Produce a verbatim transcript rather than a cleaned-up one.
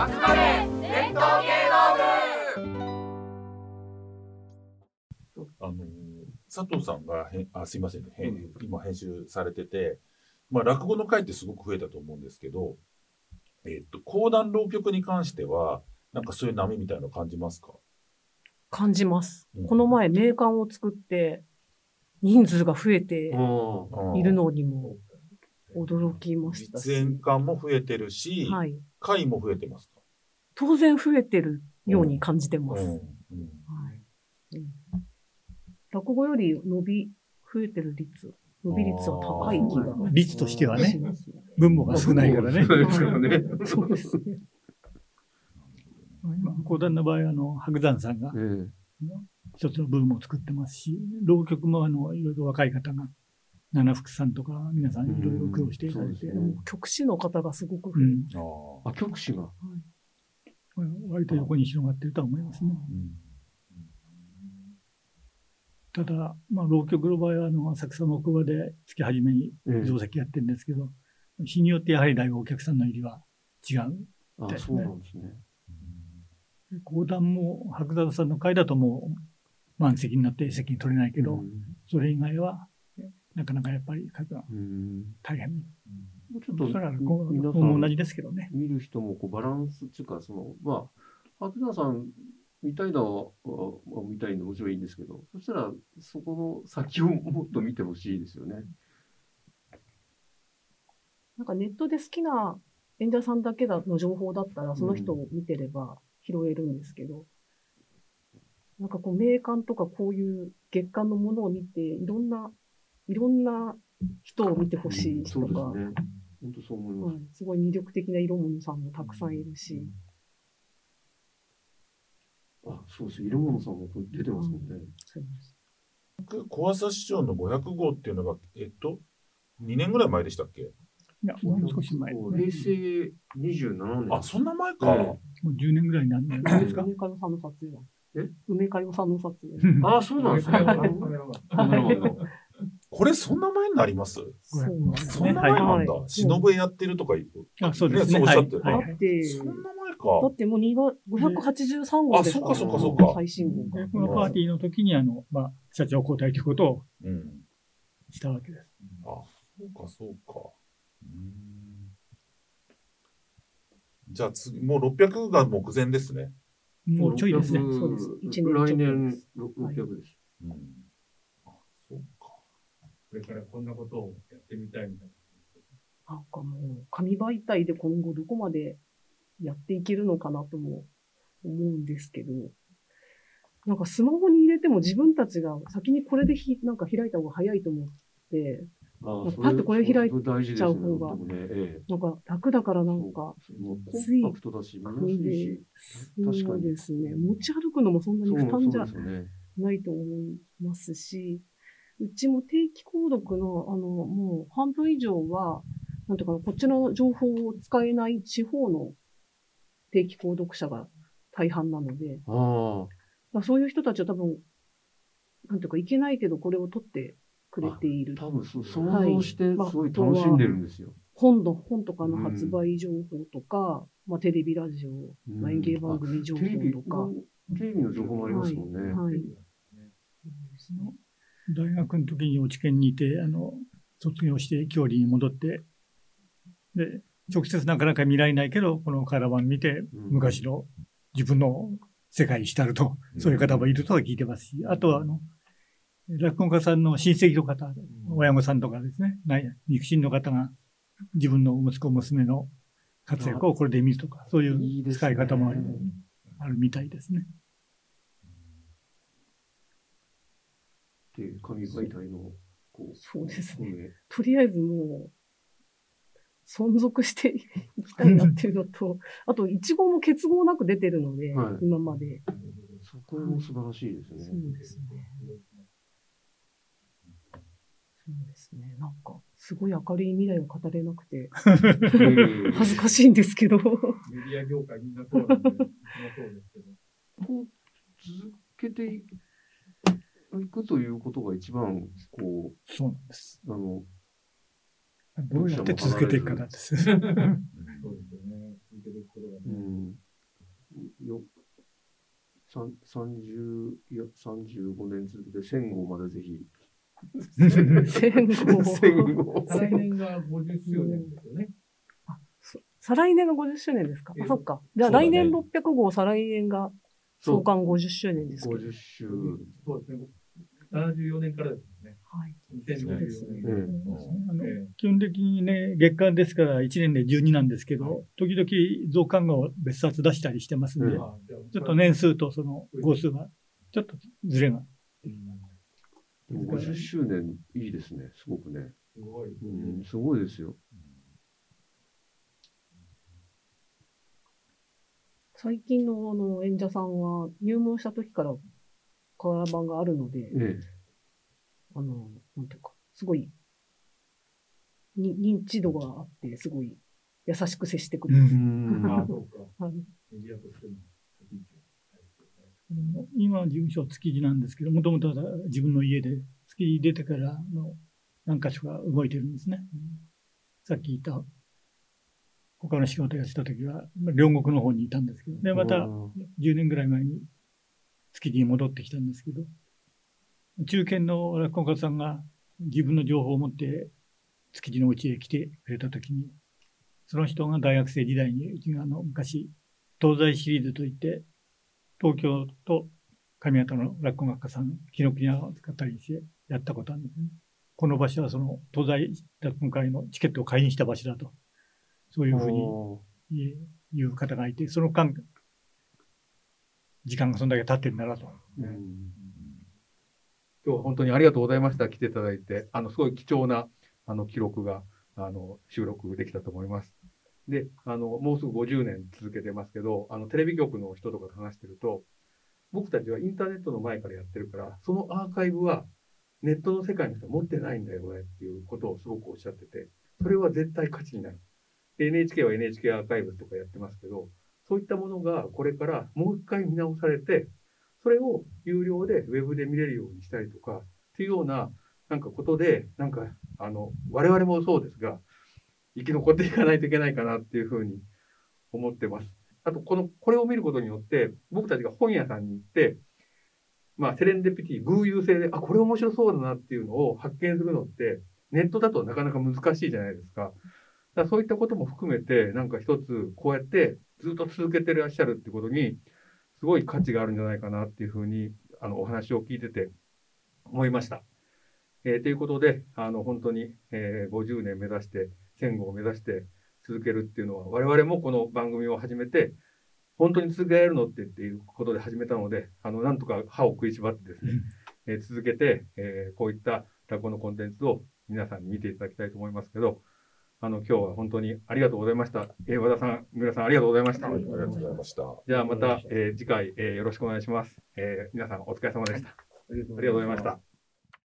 集まれ伝統芸能部。 あの佐藤さんがへあすいませんね、うん、今編集されてて、まあ、落語の回ってすごく増えたと思うんですけど、えっと、講談浪曲に関してはなんかそういう波みたいなの感じますか？ 感じます、うん、この前名鑑を作って人数が増えているのにも驚きましたし、 実演館も増えてるし、はい、会も増えてますか？ 当然増えてるように感じてます。落語より伸び、増えてる率、伸び率は高い気が。 率としてはね、分母が少ないからね。 そうですね。 講談の場合は、あの、白山さんが、一つのブームを作ってますし、浪曲もあの、いろいろ若い方が、七福さんとか、皆さんいろいろ苦労していただいて、 曲師の方がすごく増え、うん、あ、曲師が、はい、 割と横に広がっているとは思いますね。ただ、まあ、浪曲の場合は、あの、浅草木馬で月初めに定石やってるんですけど、ええ、日によってやはりだいぶお客さんの入りは違う、ね。 あ、そうなんですね。 講談も白山さんの会だともう満席になって席に取れないけど、うん、それ以外はなかなかやっぱり数が大変。 うん、ちょっとそれは皆さん同じですけどね。 見る人もこうバランスっていうか、そのまあ白山さん見たいのは見たいのもちろんいいんですけど、そしたらそこの先をもっと見てほしいですよね。 なんかネットで好きな演者さんだけの情報だったらその人を見てれば拾えるんですけど、うん、なんかこう名鑑とかこういう月刊のものを見ていろんないろんな人を見てほしい人が、うん、 そうですね。本当そう思います。 うん、すごい魅力的な色物さんもたくさんいるし。 うん、あ、そうです。色物さんも出てますもんね。うん、そうです。小朝師匠のごひゃく号っていうのが、えっと、にねんぐらい前でしたっけ？ いや、もう少し前。 へいせいにじゅうななねん。 あ、そんな前か。 えー、もうじゅうねんぐらいになるんですか？ 梅かよさんの撮影は。 え梅かよさんの撮影。 ああ、そうなんですね。 これそんな前になります？ そうそんな前なんだ。忍ぶやってるとか言う。 あ、そうですね。 そうおっしゃってる。 だって、 そんな前か。 だってもうごひゃくはちじゅうさん号ですから。 あ、そっかそっかそっか。 最新号が。 このパーティーの時に、あの、まあ、社長交代ということをしたわけです。 あ、そうかそうか。うーん、じゃあ次、もうろっぴゃくが目前ですね。 もうちょいですね。 そうです。 一年来年ろっぴゃくです。 うん。あ、そうか。 これからこんなことをやってみたいみたいな。 なんかもう、紙媒体で今後どこまでやっていけるのかなとも思うんですけど、なんかスマホに入れても自分たちが先にこれでひなんか開いた方が早いと思って、 ああ、 パッとこれ開いちゃう方が、 ねええ、 なんか楽だからなんか、 つい、コンパクトだし、見やすいし、 確かにですね、持ち歩くのもそんなに負担じゃないと思いますし、うちも定期購読の、あの、もう半分以上は、なんていうかな、こっちの情報を使えない地方の定期購読者が大半なので、 ああ、そういう人たちは多分、なんていうか、いけないけどこれを取ってくれている。 多分想像してすごい楽しんでるんですよ。はい、 本の、本とかの発売情報とか、うん、まあ、テレビ、ラジオ、うん、演芸番組情報とか。 テレビの情報もありますもんね。はい。はい、 大学の時に落研にいて、あの、卒業して郷里に戻って、で、直接なかなか見られないけど、このカラバン見て、うん、昔の自分の世界に浸ると、うん、そういう方もいるとは聞いてますし、あとは、あの、落語家さんの親戚の方、親御さんとかですね、肉親の方が自分の息子、娘の活躍をこれで見るとか、そういう使い方もある、いいね、あるみたいですね。 で、紙媒体の、こう。 そうですね。とりあえずもう、存続していきたいなっていうのと、あと、一号も結合なく出てるので、はい、今まで。 そこも素晴らしいですね。 そうですね。そうですね。なんか、すごい明るい未来を語れなくて、恥ずかしいんですけど。メディア業界みんなそうなんで、そうですけど。 こう、続けていくということが一番、こう、 そうなんです。 あの、 どうやって続けていくかなんです。そうですよね。 続けていくことがね。うんさんじゅう、いや、さんじゅうごねん続けてせん号までぜひ。 せん号。 せん号。 再来年がごじゅっしゅうねんですよね。 あ、再来年がごじゅっしゅうねんですか。あ、そっか。じゃあそうだね来年ろっぴゃく号、再来年が創刊ごじゅっしゅうねんですけど。 ごじゅっ週。 そうですね。ななじゅうよねんからですもんね。 はい。 にせんにじゅうよねん。 うんあのええ基本的にね、月間ですからいちねんでじゅうになんですけど、時々増刊号を別冊出したりしてますんで、 うんあじゃあちょっと年数とその号数が、ちょっとずれが。 でもごじゅっしゅうねんいいですね。すごくね。 すごい。 うん、すごいですよ。 最近のあの演者さんは入門した時から瓦版があるので、 ええ。 あの、なんていうか、すごい、に認知度があって、すごい優しく接してくれます。 うんあ、そうか。 はい。 メディアとしても先行あの今、事務所築地なんですけど、もともとは自分の家で、築地出てからの何か所か動いてるんですね。さっき言った、他の仕事やした時は、両国の方にいたんですけど、で、またうんじゅうねんぐらい前に築地に戻ってきたんですけど、中堅の落語家さんが自分の情報を持って築地のうちへ来てくれた時に、その人が大学生時代に、うちがあの昔、東西シリーズといって、東京と上方の落語学家さん、紀ノ国屋を使ったりしてやったことあるんですね。この場所はその東西落語会のチケットを会員した場所だと、そういうふうに言う言う方がいて、その間、時間がそんだけ経ってるんだなと。 うん今日は本当にありがとうございました。来ていただいて、あの、すごい貴重な、あの、記録が、あの、収録できたと思います。で、あの、もうすぐごじゅうねん続けてますけど、あの、テレビ局の人とかと話してると、僕たちはインターネットの前からやってるから、そのアーカイブはネットの世界の人は持ってないんだよねっていうことをすごくおっしゃってて、それは絶対価値になる。で エヌエイチケー は エヌエイチケー アーカイブとかやってますけど、そういったものがこれからもう一回見直されて、それを有料でウェブで見れるようにしたりとか、っていうような、なんかことで、なんか、あの、我々もそうですが、生き残っていかないといけないかなっていうふうに思ってます。あと、この、これを見ることによって、僕たちが本屋さんに行って、まあ、セレンデピティ、偶有性で、あ、これ面白そうだなっていうのを発見するのって、ネットだとなかなか難しいじゃないですか。だからそういったことも含めて、なんか一つ、こうやってずっと続けてらっしゃるってことに、すごい価値があるんじゃないかなっていうふうに、あの、お話を聞いてて思いました。えーということで、あの、本当に、えーごじゅうねん目指して、せん号を目指して続けるっていうのは、我々もこの番組を始めて、本当に続けられるのってっていうことで始めたので、あの、なんとか歯を食いしばってですね、えー続けて、えーこういった落語のコンテンツを皆さんに見ていただきたいと思いますけど、あの、今日は本当にありがとうございました。えー和田さん、皆さんありがとうございました。 はい、ありがとうございました。 じゃあまた、えー次回、えーよろしくお願いします。えー皆さんお疲れ様でした。ありがとうございました。